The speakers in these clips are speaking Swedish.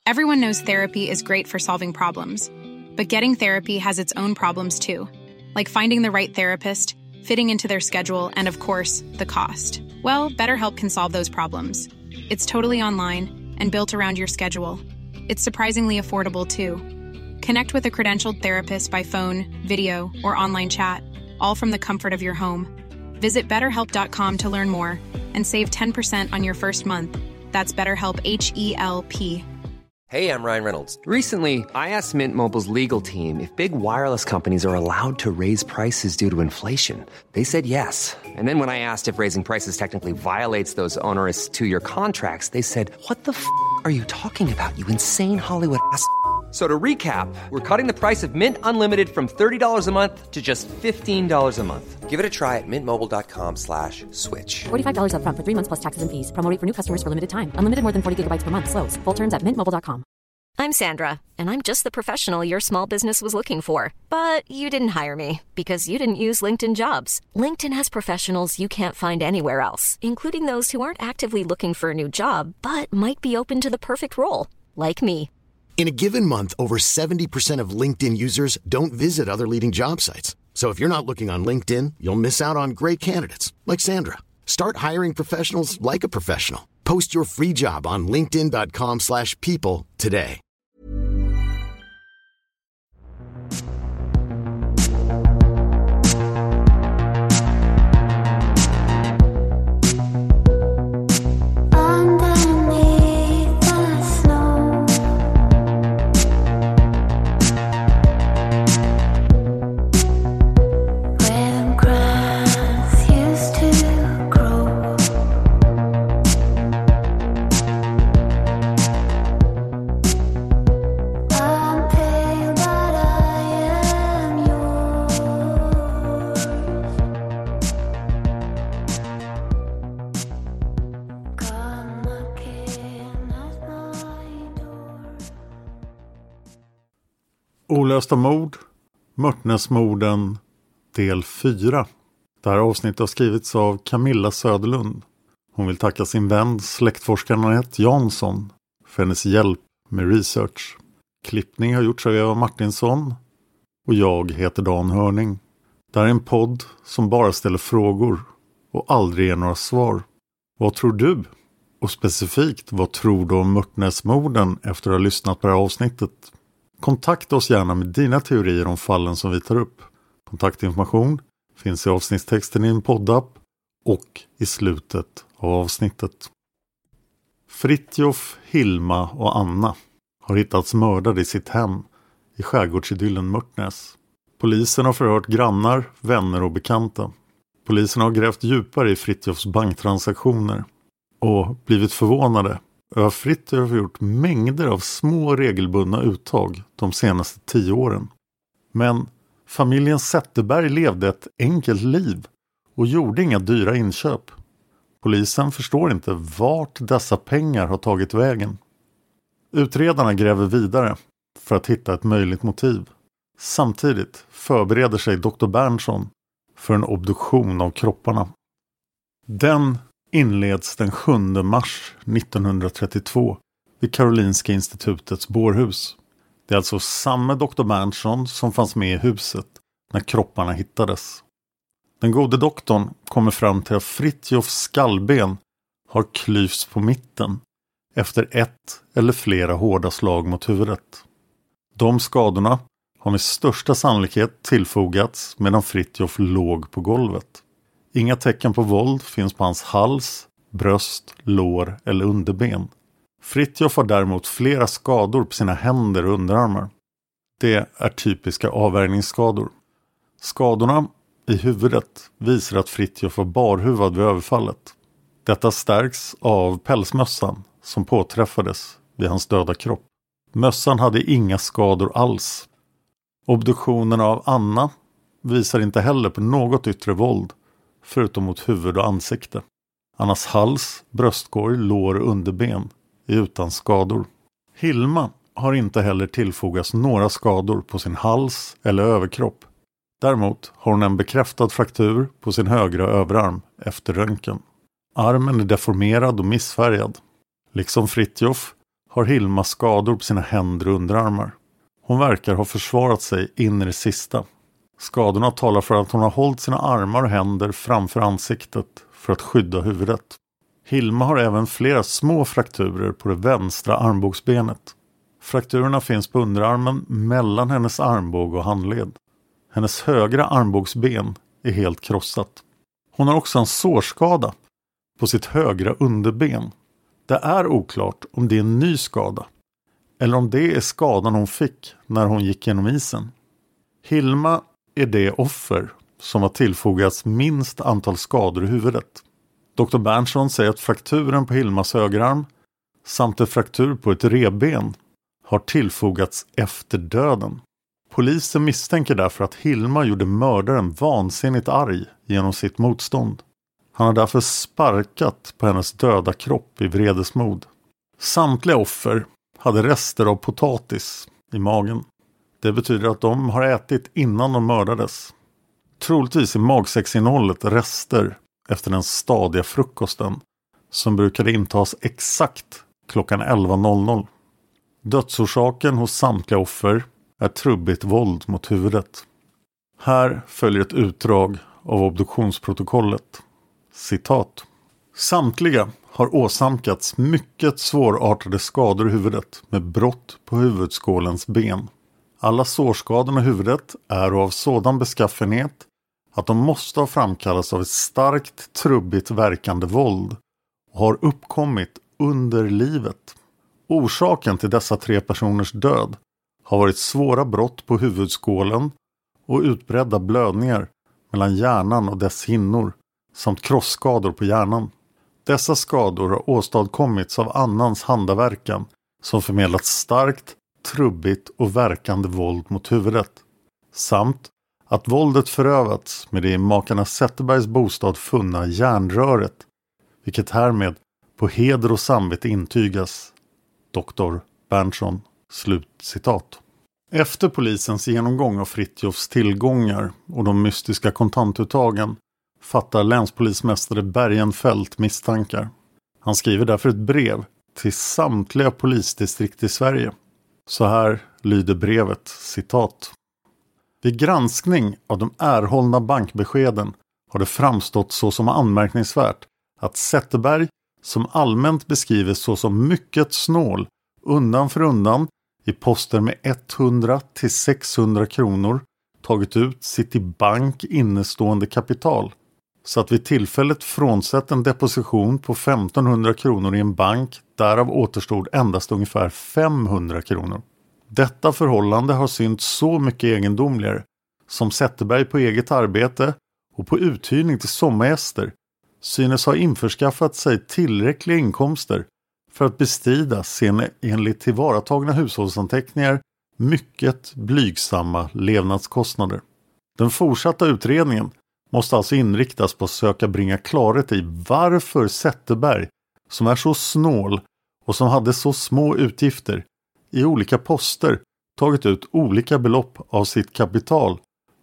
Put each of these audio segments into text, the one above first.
Everyone knows therapy is great for solving problems, but getting therapy has its own problems too, like finding the right therapist, fitting into their schedule, and of course, the cost. Well, BetterHelp can solve those problems. It's totally online and built around your schedule. It's surprisingly affordable too. Connect with a credentialed therapist by phone, video, or online chat, all from the comfort of your home. Visit BetterHelp.com to learn more and save 10% on your first month. That's BetterHelp, H-E-L-P. Hey, I'm Ryan Reynolds. Recently, I asked Mint Mobile's legal team if big wireless companies are allowed to raise prices due to inflation. They said yes. And then when I asked if raising prices technically violates those onerous two-year contracts, they said, "What the f*** are you talking about, you insane Hollywood ass?" So to recap, we're cutting the price of Mint Unlimited from $30 a month to just $15 a month. Give it a try at mintmobile.com/switch. $45 up front for 3 months plus taxes and fees. Promo rate for new customers for limited time. Unlimited more than 40 gigabytes per month. Slows full terms at mintmobile.com. I'm Sandra, and I'm just the professional your small business was looking for. But you didn't hire me because you didn't use LinkedIn Jobs. LinkedIn has professionals you can't find anywhere else, including those who aren't actively looking for a new job, but might be open to the perfect role, like me. In a given month, over 70% of LinkedIn users don't visit other leading job sites. So if you're not looking on LinkedIn, you'll miss out on great candidates like Sandra. Start hiring professionals like a professional. Post your free job on linkedin.com/people today. Olösta mord, Mörtnäsmorden, del 4. Det här avsnittet har skrivits av Camilla Söderlund. Hon vill tacka sin vän, släktforskaren Anette Jansson, för hennes hjälp med research. Klippning har gjorts av Eva Martinsson och jag heter Dan Hörning. Det här är en podd som bara ställer frågor och aldrig ger några svar. Vad tror du? Och specifikt, vad tror du om Mörtnäsmorden efter att ha lyssnat på det här avsnittet? Kontakta oss gärna med dina teorier om fallen som vi tar upp. Kontaktinformation finns i avsnittstexten i en poddapp och i slutet av avsnittet. Fritjof, Hilma och Anna har hittats mördade i sitt hem i skärgårdsidyllen Mörtnäs. Polisen har förhört grannar, vänner och bekanta. Polisen har grävt djupare i Fritjofs banktransaktioner och blivit förvånade över att Fritjof har gjort mängder av små regelbundna uttag de senaste 10 åren. Men familjen Zetterberg levde ett enkelt liv och gjorde inga dyra inköp. Polisen förstår inte vart dessa pengar har tagit vägen. Utredarna gräver vidare för att hitta ett möjligt motiv. Samtidigt förbereder sig Dr. Berntsson för en obduktion av kropparna. Den inleds den 7 mars 1932 vid Karolinska institutets bårhus. Det är alltså samma Dr. Berntsson som fanns med i huset när kropparna hittades. Den gode doktorn kommer fram till att Fritjofs skallben har klyvts på mitten efter ett eller flera hårda slag mot huvudet. De skadorna har med största sannolikhet tillfogats medan Fritjof låg på golvet. Inga tecken på våld finns på hans hals, bröst, lår eller underben. Fritjof har däremot flera skador på sina händer och underarmar. Det är typiska avvärjningsskador. Skadorna i huvudet visar att Fritjof var barhuvad vid överfallet. Detta stärks av pälsmössan som påträffades vid hans döda kropp. Mössan hade inga skador alls. Obduktionen av Anna visar inte heller på något yttre våld förutom mot huvud och ansikte. Annas hals, bröstkorg, lår och underben är utan skador. Hilma har inte heller tillfogats några skador på sin hals eller överkropp. Däremot har hon en bekräftad fraktur på sin högra överarm efter röntgen. Armen är deformerad och missfärgad. Liksom Fritjof har Hilma skador på sina händer och underarmar. Hon verkar ha försvarat sig in i det sista. Skadorna talar för att hon har hållit sina armar och händer framför ansiktet för att skydda huvudet. Hilma har även flera små frakturer på det vänstra armbågsbenet. Frakturerna finns på underarmen mellan hennes armbåge och handled. Hennes högra armbågsben är helt krossat. Hon har också en sårskada på sitt högra underben. Det är oklart om det är en ny skada eller om det är skadan hon fick när hon gick genom isen. Hilma är det offer som har tillfogats minst antal skador i huvudet. Dr. Berntsson säger att frakturen på Hilmas högerarm samt en fraktur på ett revben har tillfogats efter döden. Polisen misstänker därför att Hilma gjorde mördaren vansinnigt arg genom sitt motstånd. Han har därför sparkat på hennes döda kropp i vredesmod. Samtliga offer hade rester av potatis i magen. Det betyder att de har ätit innan de mördades. Troligtvis är magsäcksinnehållet rester efter den stadiga frukosten som brukade intas exakt klockan 11.00. Dödsorsaken hos samtliga offer är trubbigt våld mot huvudet. Här följer ett utdrag av obduktionsprotokollet. Citat. Samtliga har åsamkats mycket svårartade skador i huvudet med brott på huvudskålens ben. Alla sårskadorna i huvudet är av sådan beskaffenhet att de måste ha framkallats av ett starkt trubbigt verkande våld och har uppkommit under livet. Orsaken till dessa 3 personers död har varit svåra brott på huvudskålen och utbredda blödningar mellan hjärnan och dess hinnor samt krossskador på hjärnan. Dessa skador har åstadkommits av annans handaverkan som förmedlat starkt, trubbigt och verkande våld mot huvudet. Samt att våldet förövats med det i makarna Zetterbergs bostad funna järnröret, vilket härmed på heder och samvete intygas. Dr. Berntsson. Slut citat. Efter polisens genomgång av Fritjofs tillgångar och de mystiska kontantuttagen fattar länspolismästare Bergenfeldt misstankar. Han skriver därför ett brev till samtliga polisdistrikt i Sverige. Så här lyder brevet, citat. Vid granskning av de erhållna bankbeskeden har det framstått så som anmärkningsvärt att Zetterberg, som allmänt beskrivs så som mycket snål, undan för undan i poster med 100 till 600 kronor tagit ut sitt i bank innestående kapital, så att vid tillfället frånsett en deposition på 1500 kronor i en bank, därav återstod endast ungefär 500 kronor. Detta förhållande har synts så mycket egendomligare som Zetterberg på eget arbete och på uthyrning till sommargäster synes ha införskaffat sig tillräckliga inkomster för att bestrida sina enligt tillvaratagna hushållsanteckningar mycket blygsamma levnadskostnader. Den fortsatta utredningen måste alltså inriktas på att söka bringa klarhet i varför Zetterberg, som är så snål och som hade så små utgifter, i olika poster tagit ut olika belopp av sitt kapital.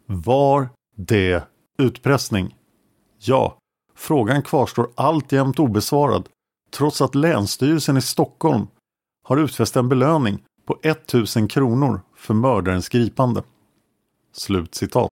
Var det utpressning? Ja, frågan kvarstår alltjämt obesvarad, trots att Länsstyrelsen i Stockholm har utfäst en belöning på 1000 kronor för mördarens gripande. Slut citat.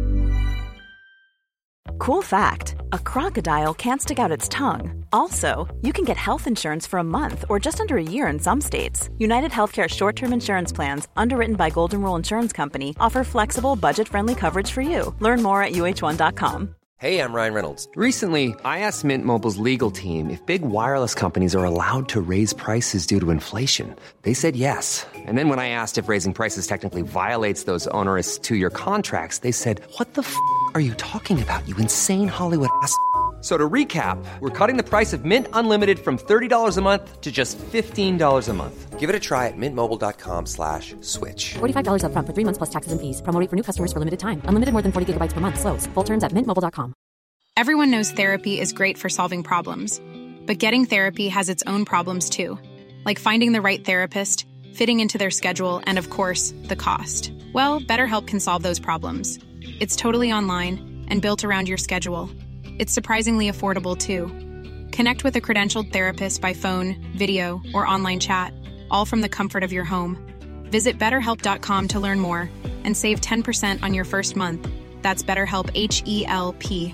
Cool fact, a crocodile can't stick out its tongue. Also, you can get health insurance for a month or just under a year in some states. United Healthcare short-term insurance plans, underwritten by Golden Rule Insurance Company, offer flexible, budget-friendly coverage for you. Learn more at uh1.com. Hey, I'm Ryan Reynolds. Recently, I asked Mint Mobile's legal team if big wireless companies are allowed to raise prices due to inflation. They said yes. And then when I asked if raising prices technically violates those onerous 2-year contracts, they said, "What the f*** are you talking about, you insane Hollywood ass?" So to recap, we're cutting the price of Mint Unlimited from $30 a month to just $15 a month. Give it a try at mintmobile.com/switch. $45 up front for 3 months plus taxes and fees. Promo rate for new customers for limited time. Unlimited more than 40 gigabytes per month slows. Full terms at mintmobile.com. Everyone knows therapy is great for solving problems, but getting therapy has its own problems too, like finding the right therapist, fitting into their schedule, and of course, the cost. Well, BetterHelp can solve those problems. It's totally online and built around your schedule. It's surprisingly affordable too. Connect with a credentialed therapist by phone, video, or online chat, all from the comfort of your home. Visit BetterHelp.com to learn more and save 10% on your first month. That's BetterHelp, H-E-L-P.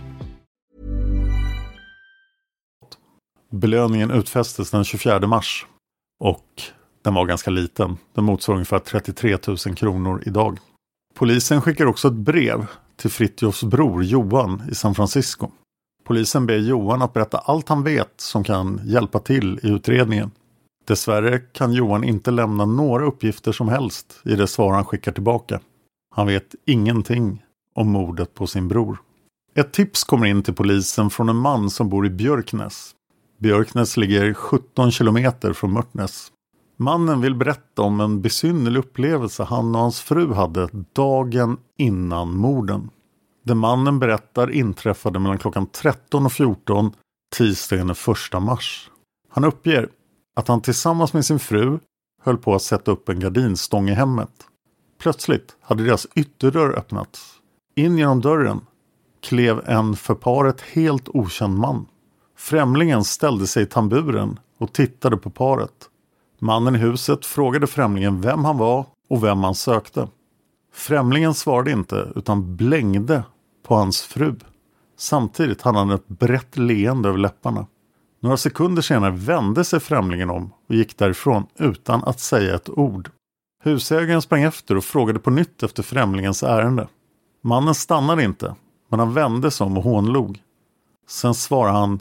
Belöningen utfästes den 24 mars och den var ganska liten. Den motsvarar ungefär 33 000 kronor idag. Polisen skickar också ett brev till Frithiofs bror Johan i San Francisco. Polisen ber Johan att berätta allt han vet som kan hjälpa till i utredningen. Dessvärre kan Johan inte lämna några uppgifter som helst i det svar han skickar tillbaka. Han vet ingenting om mordet på sin bror. Ett tips kommer in till polisen från en man som bor i Björknäs. Björknäs ligger 17 kilometer från Mörtnäs. Mannen vill berätta om en besynnerlig upplevelse han och hans fru hade dagen innan morden. Det mannen berättar inträffade mellan klockan 13 och 14 tisdagen den 1 mars. Han uppger att han tillsammans med sin fru höll på att sätta upp en gardinstång i hemmet. Plötsligt hade deras ytterdörr öppnats. In genom dörren klev en för paret helt okänd man. Främlingen ställde sig i tamburen och tittade på paret. Mannen i huset frågade främlingen vem han var och vem han sökte. Främlingen svarade inte utan blängde på hans fru. Samtidigt hade han ett brett leende över läpparna. Några sekunder senare vände sig främlingen om och gick därifrån utan att säga ett ord. Husägaren sprang efter och frågade på nytt efter främlingens ärende. Mannen stannade inte, men han vände sig om och hånlog. Sen svarade han: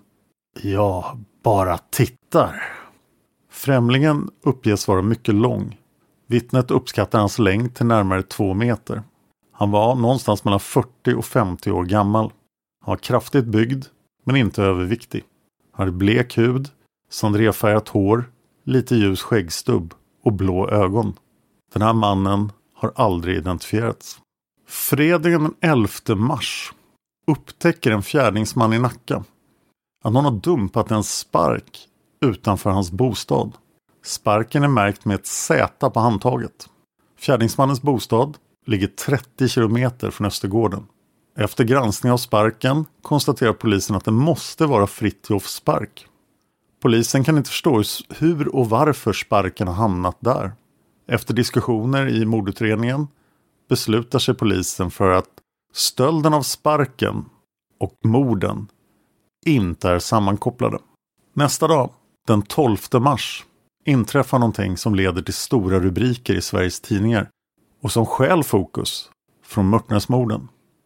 "Jag bara tittar." Främlingen uppges vara mycket lång. Vittnet uppskattar hans längd till närmare 2 meter. Han var någonstans mellan 40 och 50 år gammal. Han var kraftigt byggd, men inte överviktig. Han hade blek hud, sandrefärgat hår, lite ljus skäggstubb och blå ögon. Den här mannen har aldrig identifierats. Fredagen den 11 mars upptäcker en fjärdingsman i Nacka att någon har dumpat en spark utanför hans bostad. Sparken är märkt med ett Z på handtaget. Fjärdingsmannens bostad ligger 30 kilometer från Östergården. Efter granskning av sparken konstaterar polisen att det måste vara Frithiofs spark. Polisen kan inte förstå hur och varför sparken har hamnat där. Efter diskussioner i mordutredningen beslutar sig polisen för att stölden av sparken och morden inte är sammankopplade. Nästa dag, den 12 mars, inträffar någonting som leder till stora rubriker i Sveriges tidningar och som stjäl fokus från Mörtnäsmorden.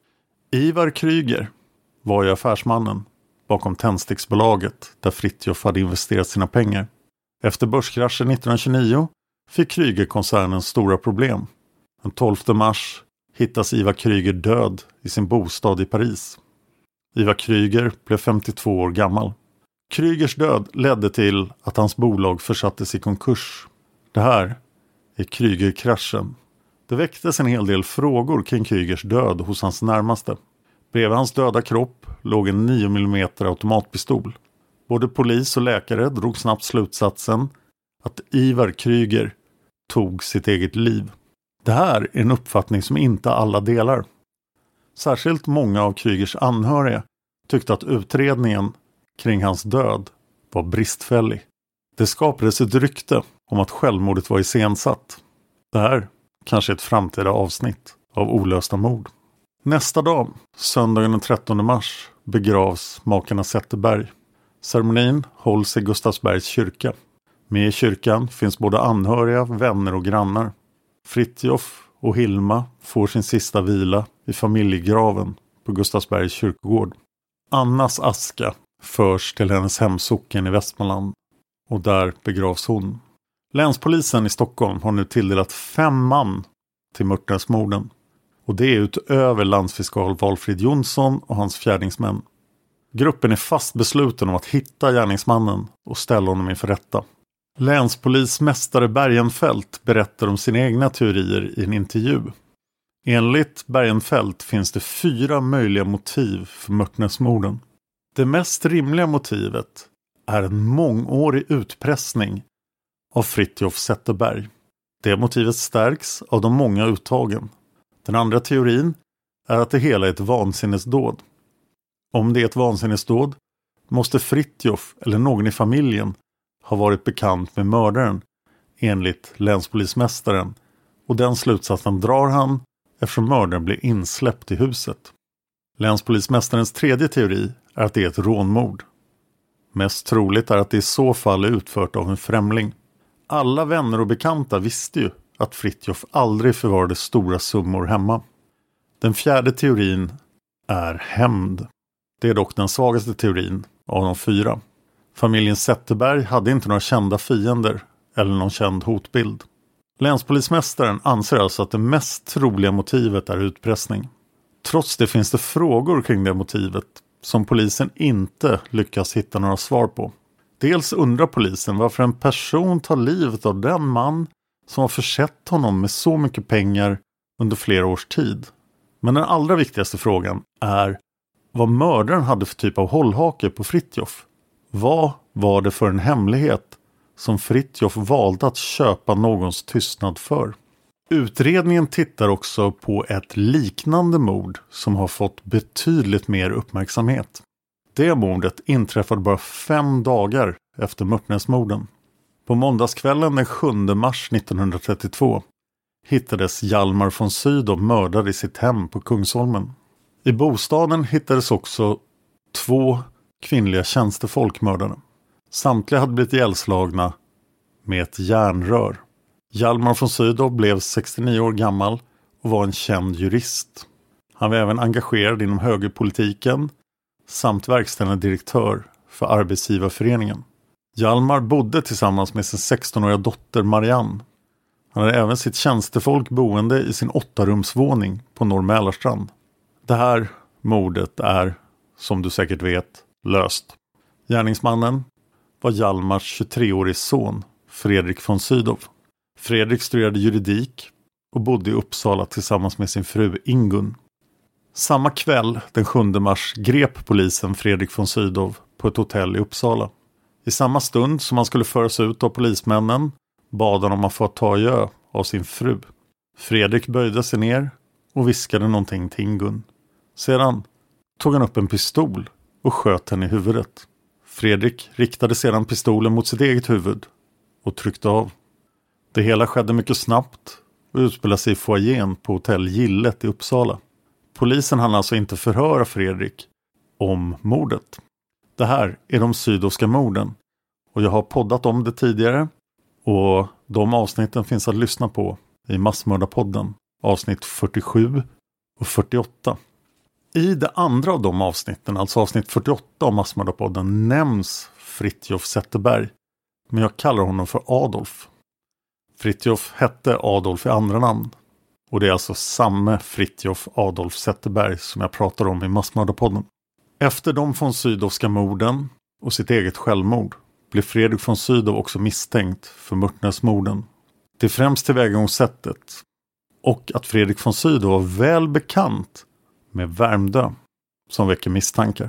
Ivar Kryger var ju affärsmannen bakom tändsticksbolaget där Frithiof hade investerat sina pengar. Efter börskraschen 1929 fick Kryger-koncernen stora problem. Den 12 mars hittas Ivar Kryger död i sin bostad i Paris. Ivar Kryger blev 52 år gammal. Krygers död ledde till att hans bolag försattes i konkurs. Det här är Kryger-kraschen. Det väcktes en hel del frågor kring Krygers död hos hans närmaste. Bredvid hans döda kropp låg en 9 mm automatpistol. Både polis och läkare drog snabbt slutsatsen att Ivar Kryger tog sitt eget liv. Det här är en uppfattning som inte alla delar. Särskilt många av Krygers anhöriga tyckte att utredningen kring hans död var bristfällig. Det skapades ett rykte om att självmordet var iscensatt. Det här kanske är ett framtida avsnitt av Olösta mord. Nästa dag, söndagen den 13 mars, begravs makarna Zetterberg. Ceremonin hålls i Gustavsbergs kyrka. Med i kyrkan finns både anhöriga, vänner och grannar. Frithiof och Hilma får sin sista vila i familjegraven på Gustavsbergs kyrkogård. Annas aska förs till hennes hemsocken i Västmanland och där begravs hon. Länspolisen i Stockholm har nu tilldelat 5 man till Mörtnäsmorden. Och det är utöver landsfiskal Valfrid Jonsson och hans fjärdingsmän. Gruppen är fast besluten om att hitta gärningsmannen och ställa honom inför rätta. Länspolismästare Bergenfeldt berättar om sina egna teorier i en intervju. Enligt Bergenfeldt finns det 4 möjliga motiv för Mörtnäsmorden. Det mest rimliga motivet är en mångårig utpressning av Frithiof Zetterberg. Det motivet stärks av de många uttagen. Den andra teorin är att det hela är ett vansinnesdåd. Om det är ett vansinnesdåd måste Frithiof eller någon i familjen ha varit bekant med mördaren enligt länspolismästaren, och den slutsatsen drar han eftersom mördaren blir insläppt i huset. Länspolismästarens tredje teori är att det är ett rånmord. Mest troligt är att det i så fall är utfört av en främling. Alla vänner och bekanta visste ju att Fritiof aldrig förvarade stora summor hemma. Den fjärde teorin är hämnd. Det är dock den svagaste teorin av de 4. Familjen Zetterberg hade inte några kända fiender eller någon känd hotbild. Länspolismästaren anser alltså att det mest troliga motivet är utpressning. Trots det finns det frågor kring det motivet som polisen inte lyckas hitta några svar på. Dels undrar polisen varför en person tar livet av den man som har försett honom med så mycket pengar under flera års tid. Men den allra viktigaste frågan är vad mördaren hade för typ av hållhake på Fritiof. Vad var det för en hemlighet som Fritiof valde att köpa någons tystnad för? Utredningen tittar också på ett liknande mord som har fått betydligt mer uppmärksamhet. Det mordet inträffade bara 5 dagar efter Mörtnäsmorden. På måndagskvällen den 7 mars 1932 hittades Hjalmar von Sydow mördad i sitt hem på Kungsholmen. I bostaden hittades också 2 kvinnliga tjänstefolk mördade. Samtliga hade blivit ihjälslagna med ett järnrör. Hjalmar von Sydow blev 69 år gammal och var en känd jurist. Han var även engagerad inom högerpolitiken samt verkställande direktör för Arbetsgivarföreningen. Hjalmar bodde tillsammans med sin 16-åriga dotter Marianne. Han hade även sitt tjänstefolk boende i sin 8-rumsvåning på Norr Mälarstrand. Det här mordet är, som du säkert vet, löst. Gärningsmannen var Hjalmars 23-årige son, Fredrik von Sydow. Fredrik studerade juridik och bodde i Uppsala tillsammans med sin fru Ingun. Samma kväll, den 7 mars, grep polisen Fredrik von Sydow på ett hotell i Uppsala. I samma stund som han skulle föras ut av polismännen bad han om att få ta adjö av sin fru. Fredrik böjde sig ner och viskade någonting till Ingun. Sedan tog han upp en pistol och sköt henne i huvudet. Fredrik riktade sedan pistolen mot sitt eget huvud och tryckte av. Det hela skedde mycket snabbt och utspelade sig i foajén på hotell Gillet i Uppsala. Polisen hann alltså inte förhöra Fredrik om mordet. Det här är de Sydowska morden och jag har poddat om det tidigare och de avsnitten finns att lyssna på i Massmördarpodden, avsnitt 47 och 48. I det andra av de avsnitten, alltså avsnitt 48 av Massmördarpodden, nämns Fritiof Zetterberg, men jag kallar honom för Adolf. Fritiof hette Adolf i andra namn. Och det är alltså samma Fritiof Adolf Zetterberg som jag pratar om i Massmördarpodden. Efter de von Sydowska morden och sitt eget självmord blev Fredrik von Sydow också misstänkt för Mörtnäsmorden. Det är främst tillvägagångssättet och att Fredrik von Sydow var väl bekant med Värmdö som väcker misstankar.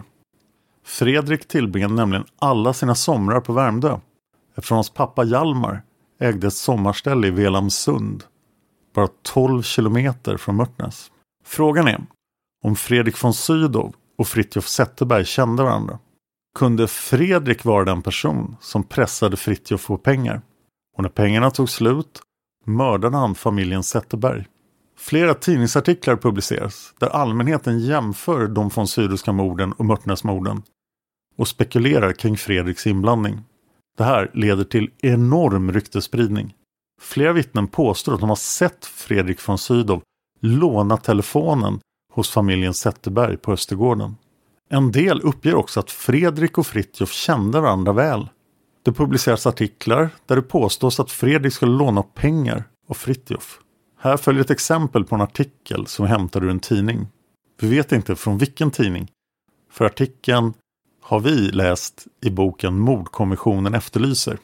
Fredrik tillbringade nämligen alla sina somrar på Värmdö eftersom hans pappa Hjalmar ägde ett sommarställe i Velamsund, bara 12 kilometer från Mörtnäs. Frågan är om Fredrik von Sydow och Fritiof Zetterberg kände varandra. Kunde Fredrik vara den person som pressade Fritiof på pengar? Och när pengarna tog slut mördade han familjen Zetterberg. Flera tidningsartiklar publiceras där allmänheten jämför de von Sydowska morden och Mörtnäsmorden och spekulerar kring Fredriks inblandning. Det här leder till enorm ryktespridning. Flera vittnen påstår att de har sett Fredrik von Sydow låna telefonen hos familjen Zetterberg på Östergården. En del uppger också att Fredrik och Fritiof kände varandra väl. Det publiceras artiklar där det påstås att Fredrik skulle låna pengar av Fritiof. Här följer ett exempel på en artikel som hämtade ur en tidning. Vi vet inte från vilken tidning, för artikeln har vi läst i boken Mordkommissionen efterlyser.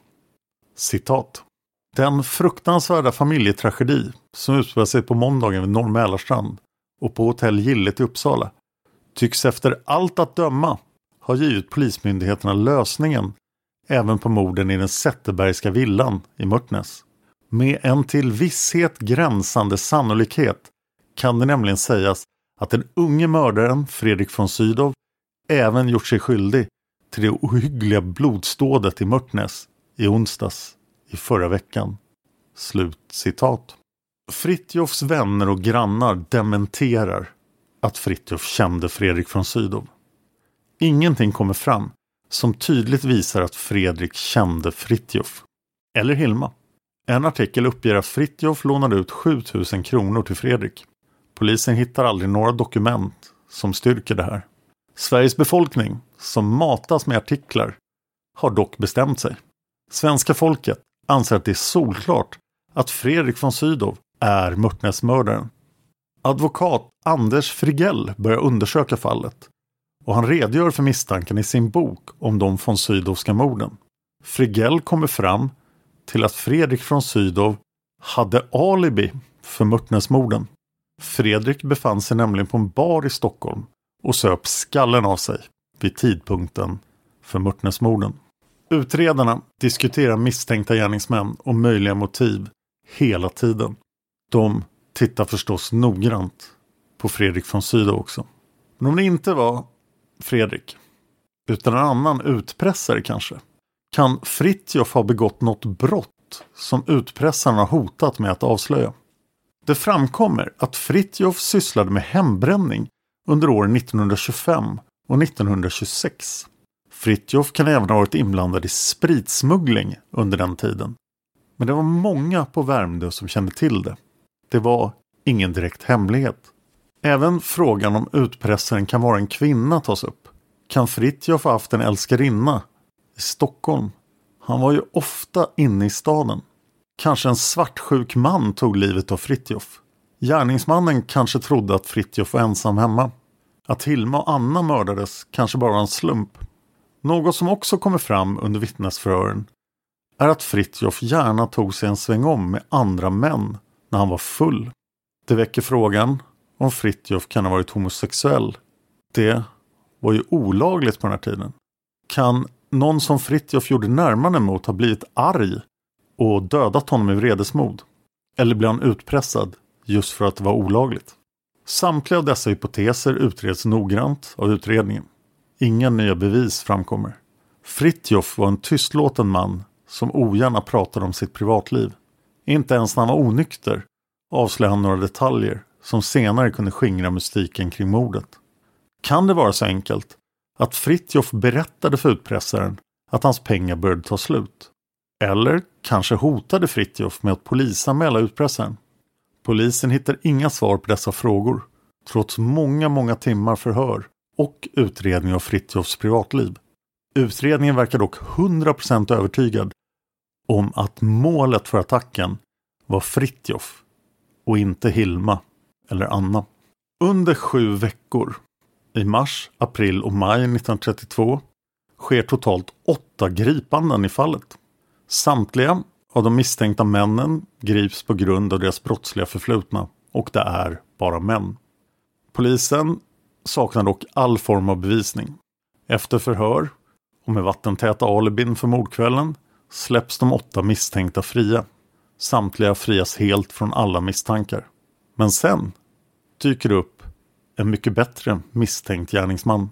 Citat. Den fruktansvärda familjetragedi som utspelar sig på måndagen vid Norr Mälarstrand och på hotell Gillet i Uppsala tycks efter allt att döma ha givit polismyndigheterna lösningen även på morden i den Zetterbergska villan i Mörtnäs. Med en till visshet gränsande sannolikhet kan det nämligen sägas att den unge mördaren Fredrik von Sydow även gjort sig skyldig till det ohyggliga blodstådet i Mörtnäs i onsdags i förra veckan Slutcitat. Fritjofs vänner och grannar dementerar att Fritjof kände Fredrik von Sydow. Ingenting kommer fram som tydligt visar att Fredrik kände Fritjof. Eller Hilma. En artikel uppger att Fritjof lånade ut 7000 kronor till Fredrik. Polisen hittar aldrig några dokument som styrker det här. Sveriges befolkning, som matas med artiklar, har dock bestämt sig. Svenska folket anser att det är solklart att Fredrik von Sydow är Mörtnäsmördaren. Advokat Anders Frigell börjar undersöka fallet och han redogör för misstanken i sin bok om de von Sydowska morden. Frigell kommer fram till att Fredrik von Sydow hade alibi för Mörtnäsmorden. Fredrik befann sig nämligen på en bar i Stockholm och söp skallen av sig vid tidpunkten för Mörtnäsmorden. Utredarna diskuterar misstänkta gärningsmän och möjliga motiv hela tiden. De tittar förstås noggrant på Fredrik von Sydow också. Men om det inte var Fredrik, utan en annan utpressare kanske, kan Fritjof ha begått något brott som utpressarna har hotat med att avslöja. Det framkommer att Fritjof sysslade med hembränning under åren 1925 och 1926. Fritjof kan även ha varit inblandad i spritsmuggling under den tiden. Men det var många på Värmdö som kände till det. Det var ingen direkt hemlighet. Även frågan om utpressaren kan vara en kvinna tas upp. Kan Fritjof ha haft en älskarinna i Stockholm? Han var ju ofta inne i staden. Kanske en svartsjuk man tog livet av Fritjof. Gärningsmannen kanske trodde att Fritjof var ensam hemma. Att Hilma och Anna mördades kanske bara var en slump. Något som också kommer fram under vittnesförhören är att Fritjof gärna tog sig en sväng om med andra män när han var full. Det väcker frågan om Fritjof kan ha varit homosexuell. Det var ju olagligt på den här tiden. Kan någon som Fritjof gjorde närmare mot ha blivit arg och dödat honom i vredesmod? Eller blev han utpressad just för att det var olagligt? Samtliga av dessa hypoteser utreds noggrant av utredningen. Inga nya bevis framkommer. Fritjof var en tystlåten man som ogärna pratade om sitt privatliv. Inte ens när han var onykter avslöjade han några detaljer som senare kunde skingra mystiken kring mordet. Kan det vara så enkelt att Fritjof berättade för utpressaren att hans pengar började ta slut? Eller kanske hotade Fritjof med att polisanmäla utpressaren? Polisen hittar inga svar på dessa frågor, trots många timmar förhör och utredning av Fritjofs privatliv. Utredningen verkar dock 100% övertygad om att målet för attacken var Fritjof och inte Hilma eller Anna. Under 7 veckor, i mars, april och maj 1932, sker totalt 8 gripanden i fallet. Samtliga av de misstänkta männen grips på grund av deras brottsliga förflutna, och det är bara män. Polisen saknar dock all form av bevisning. Efter förhör och med vattentäta alibin för mordkvällen släpps de 8 misstänkta fria. Samtliga frias helt från alla misstankar. Men sen dyker det upp en mycket bättre misstänkt gärningsman.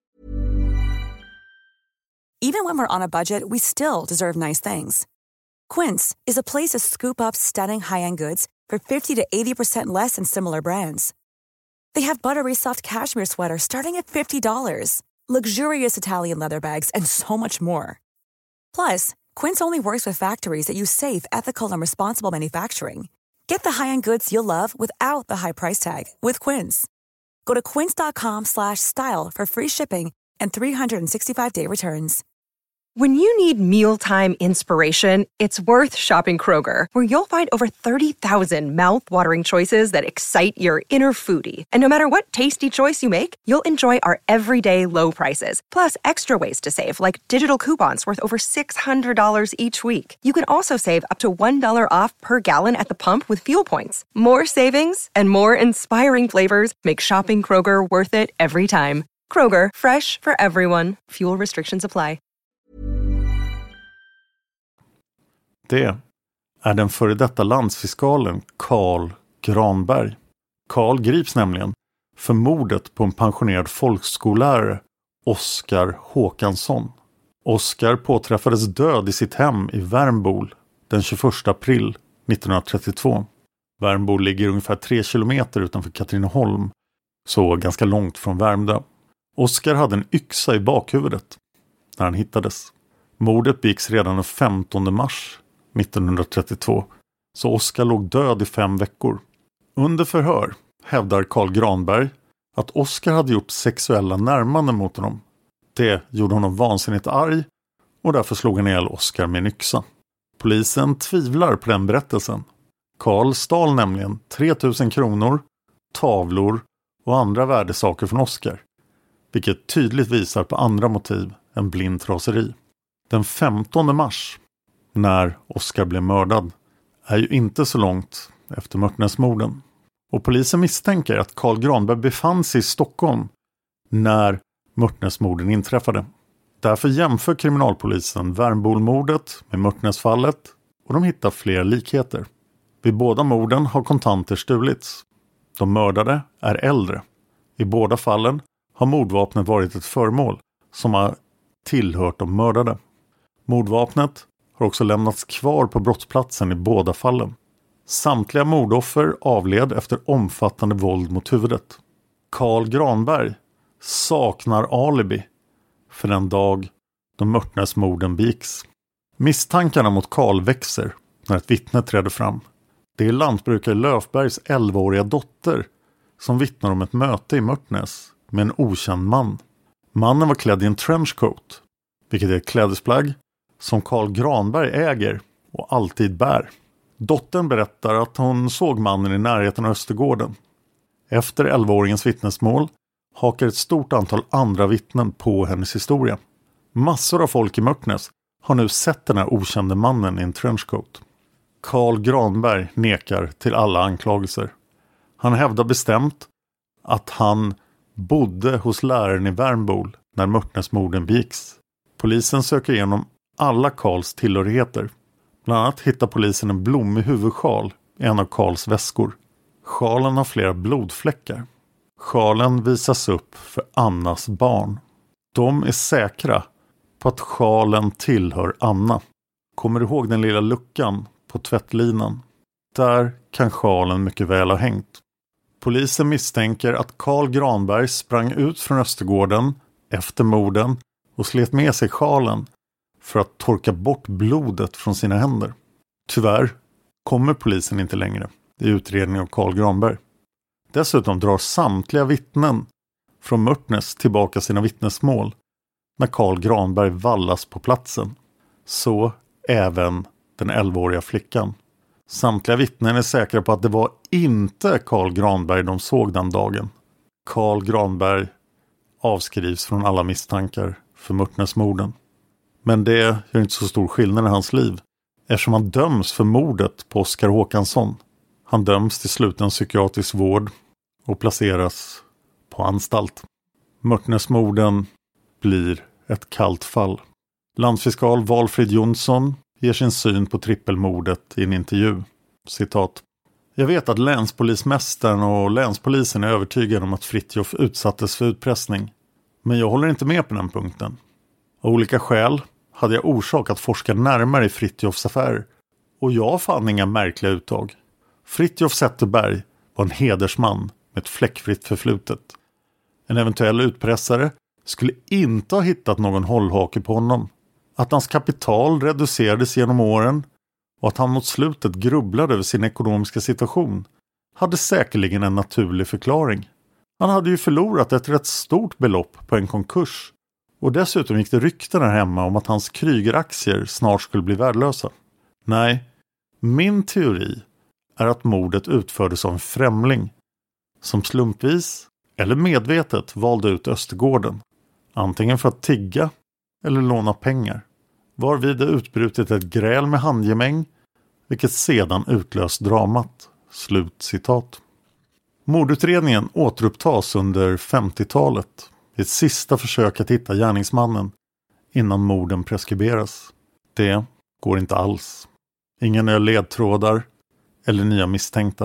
Even when we're on a budget, we still deserve nice things. Quince is a place to scoop up stunning high-end goods for 50 to 80% less than similar brands. They have buttery soft cashmere sweaters starting at $50, luxurious Italian leather bags, and so much more. Plus, Quince only works with factories that use safe, ethical, and responsible manufacturing. Get the high-end goods you'll love without the high price tag with Quince. Go to quince.com/style for free shipping and 365-day returns. When you need mealtime inspiration, it's worth shopping Kroger, where you'll find over 30,000 mouth-watering choices that excite your inner foodie. And no matter what tasty choice you make, you'll enjoy our everyday low prices, plus extra ways to save, like digital coupons worth over $600 each week. You can also save up to $1 off per gallon at the pump with fuel points. More savings and more inspiring flavors make shopping Kroger worth it every time. Kroger, fresh for everyone. Fuel restrictions apply. Det är den före detta landsfiskalen Carl Granberg. Carl grips nämligen för mordet på en pensionerad folkskollärare, Oskar Håkansson. Oskar påträffades död i sitt hem i Värmbol den 21 april 1932. Värmbo ligger ungefär 3 kilometer utanför Katrineholm, så ganska långt från Värmdö. Oskar hade en yxa i bakhuvudet när han hittades. Mordet begicks redan den 15 mars 1932, så Oskar låg död i 5 veckor. Under förhör hävdar Carl Granberg att Oskar hade gjort sexuella närmanden mot honom. Det gjorde honom vansinnigt arg och därför slog han ihjäl Oskar med en yxa. Polisen tvivlar på den berättelsen. Carl stal nämligen 3000 kronor, tavlor och andra värdesaker från Oskar, vilket tydligt visar på andra motiv än blind raseri. Den 15 mars, när Oskar blev mördad, är ju inte så långt efter Mörtnäsmorden. Och polisen misstänker att Carl Granberg befann sig i Stockholm när Mörtnäsmorden inträffade. Därför jämför kriminalpolisen Värmbolmordet med Mörtnäsfallet och de hittar flera likheter. Vid båda morden har kontanter stulits. De mördade är äldre. I båda fallen har mordvapnet varit ett föremål som har tillhört de mördade. Mordvapnet har också lämnats kvar på brottsplatsen i båda fallen. Samtliga mordoffer avled efter omfattande våld mot huvudet. Carl Granberg saknar alibi för den dag då Mörtnäsmorden begicks. Misstankarna mot Carl växer när ett vittne träder fram. Det är lantbrukare Löfbergs 11-åriga dotter som vittnar om ett möte i Mörtnäs med en okänd man. Mannen var klädd i en trenchcoat, vilket är ett klädesplagg som Carl Granberg äger och alltid bär. Dottern berättar att hon såg mannen i närheten av Östergården. Efter 11-åringens vittnesmål hakar ett stort antal andra vittnen på hennes historia. Massor av folk i Mörtnäs har nu sett den här okände mannen i en trenchcoat. Carl Granberg nekar till alla anklagelser. Han hävdar bestämt att han bodde hos läraren i Värmbol när Mörtnäsmorden begicks. Polisen söker igenom alla Carls tillhörigheter. Bland annat hittar polisen en blommig huvudsjal i en av Carls väskor. Sjalen har flera blodfläckar. Sjalen visas upp för Annas barn. De är säkra på att sjalen tillhör Anna. Kommer du ihåg den lilla luckan på tvättlinan? Där kan sjalen mycket väl ha hängt. Polisen misstänker att Carl Granberg sprang ut från Östergården efter morden och slet med sig sjalen för att torka bort blodet från sina händer. Tyvärr kommer polisen inte längre i utredningen av Carl Granberg. Dessutom drar samtliga vittnen från Mörtnäs tillbaka sina vittnesmål när Carl Granberg vallas på platsen. Så även den 11-åriga flickan. Samtliga vittnen är säkra på att det var inte Carl Granberg de såg den dagen. Carl Granberg avskrivs från alla misstankar för Mörtnäsmorden. Men det gör inte så stor skillnad i hans liv eftersom han döms för mordet på Oskar Håkansson. Han döms till sluten psykiatrisk vård och placeras på anstalt. Mörtnäsmorden blir ett kallt fall. Landsfiskal Valfrid Jonsson ger sin syn på trippelmordet i en intervju. Citat: Jag vet att länspolismästaren och länspolisen är övertygade om att Fritjof utsattes för utpressning. Men jag håller inte med på den punkten. Av olika skäl hade jag orsak att forska närmare i Fritjofs affär. Och jag fann inga märkliga uttag. Fritjof Zetterberg var en hedersman med ett fläckfritt förflutet. En eventuell utpressare skulle inte ha hittat någon hållhake på honom. Att hans kapital reducerades genom åren och att han mot slutet grubblade över sin ekonomiska situation hade säkerligen en naturlig förklaring. Han hade ju förlorat ett rätt stort belopp på en konkurs och dessutom gick det rykten här hemma om att hans Kryger-aktier snart skulle bli värdelösa. Nej, min teori är att mordet utfördes av en främling som slumpvis eller medvetet valde ut Östergården, antingen för att tigga eller låna pengar. Varvid det utbrutit ett gräl med handgemäng, vilket sedan utlöst dramat. Slut citat. Mordutredningen återupptas under 50-talet. Ett sista försök att hitta gärningsmannen innan morden preskriberas. Det går inte alls. Inga nya ledtrådar eller nya misstänkta.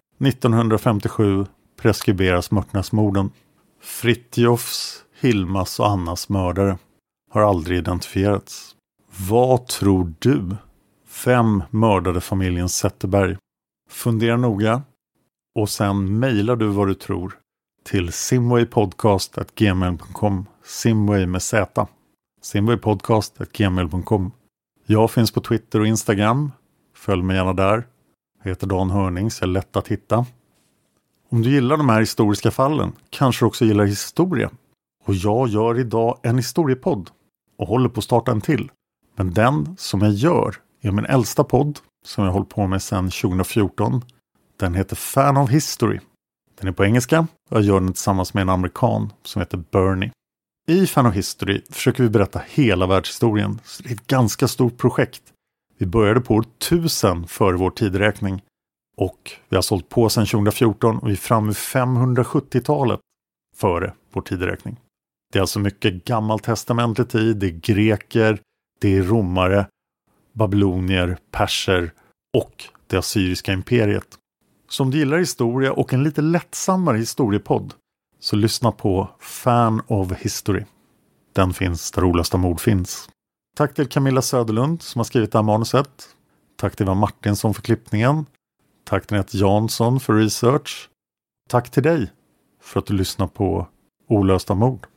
1957 preskriberas Mörtnäsmorden. Fritjofs, Hilmas och Annas mördare har aldrig identifierats. Vad tror du? Vem mördade familjen Zetterberg? Fundera noga och sen mejlar du vad du tror till simwaypodcast@gmail.com. Simway med Z. simwaypodcast@gmail.com. Jag finns på Twitter och Instagram. Följ mig gärna där. Jag heter Dan Hörning, så jag är lätt att hitta. Om du gillar de här historiska fallen kanske du också gillar historia. Och jag gör idag en historiepodd och håller på att starta en till. Men den som jag gör är min äldsta podd som jag hållit på med sedan 2014. Den heter Fan of History. Den är på engelska och jag gör den tillsammans med en amerikan som heter Bernie. I Fan of History försöker vi berätta hela världshistorien. Så det är ett ganska stort projekt. Vi började på år 1000 före vår tideräkning. Och vi har sålt på sedan 2014 och vi är framme vid 570-talet före vår tideräkning. Det är alltså mycket gammaltestamentlig tid. Det är greker, det är romare, babylonier, perser och det assyriska imperiet. Så om du gillar historia och en lite lättsammare historiepodd så lyssna på Fan of History. Den finns där roligaste mord finns. Tack till Camilla Söderlund som har skrivit det här manuset. Tack till Ivan Martinsson för klippningen. Tack till Nette Jansson för research. Tack till dig för att du lyssnar på Olösta mord.